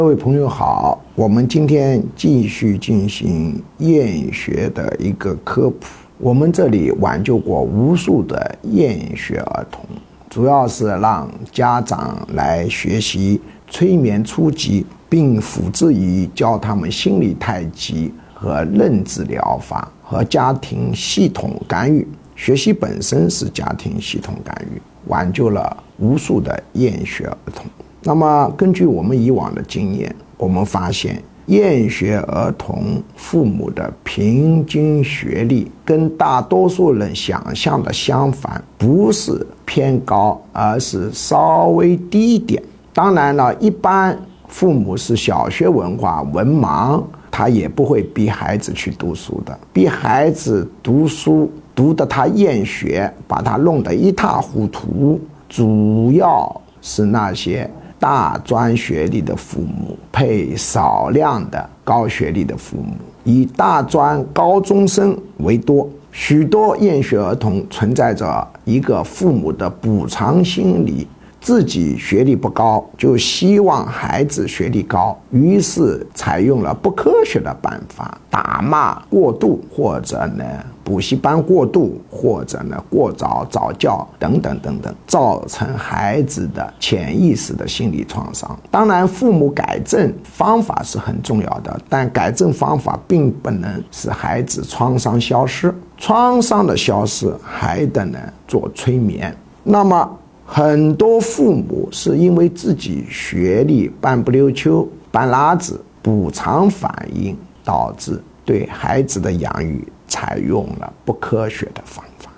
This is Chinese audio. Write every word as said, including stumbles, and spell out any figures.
各位朋友好，我们今天继续进行厌学的一个科普。我们这里挽救过无数的厌学儿童，主要是让家长来学习催眠初级，并辅之于教他们心理太极和认知疗法和家庭系统干预。学习本身是家庭系统干预，挽救了无数的厌学儿童。那么根据我们以往的经验，我们发现厌学儿童父母的平均学历跟大多数人想象的相反，不是偏高，而是稍微低一点。当然了，一般父母是小学文化文盲，他也不会逼孩子去读书的，逼孩子读书读得他厌学，把他弄得一塌糊涂，主要是那些大专学历的父母配少量的高学历的父母，以大专高中生为多。许多厌学儿童存在着一个父母的补偿心理，自己学历不高，就希望孩子学历高，于是采用了不科学的办法，打骂过度，或者呢补习班过度，或者呢过早早教等等等等，造成孩子的潜意识的心理创伤。当然，父母改正方法是很重要的，但改正方法并不能使孩子创伤消失，创伤的消失还得呢做催眠。那么很多父母是因为自己学历半不溜秋、半拉子，补偿反应，导致对孩子的养育采用了不科学的方法。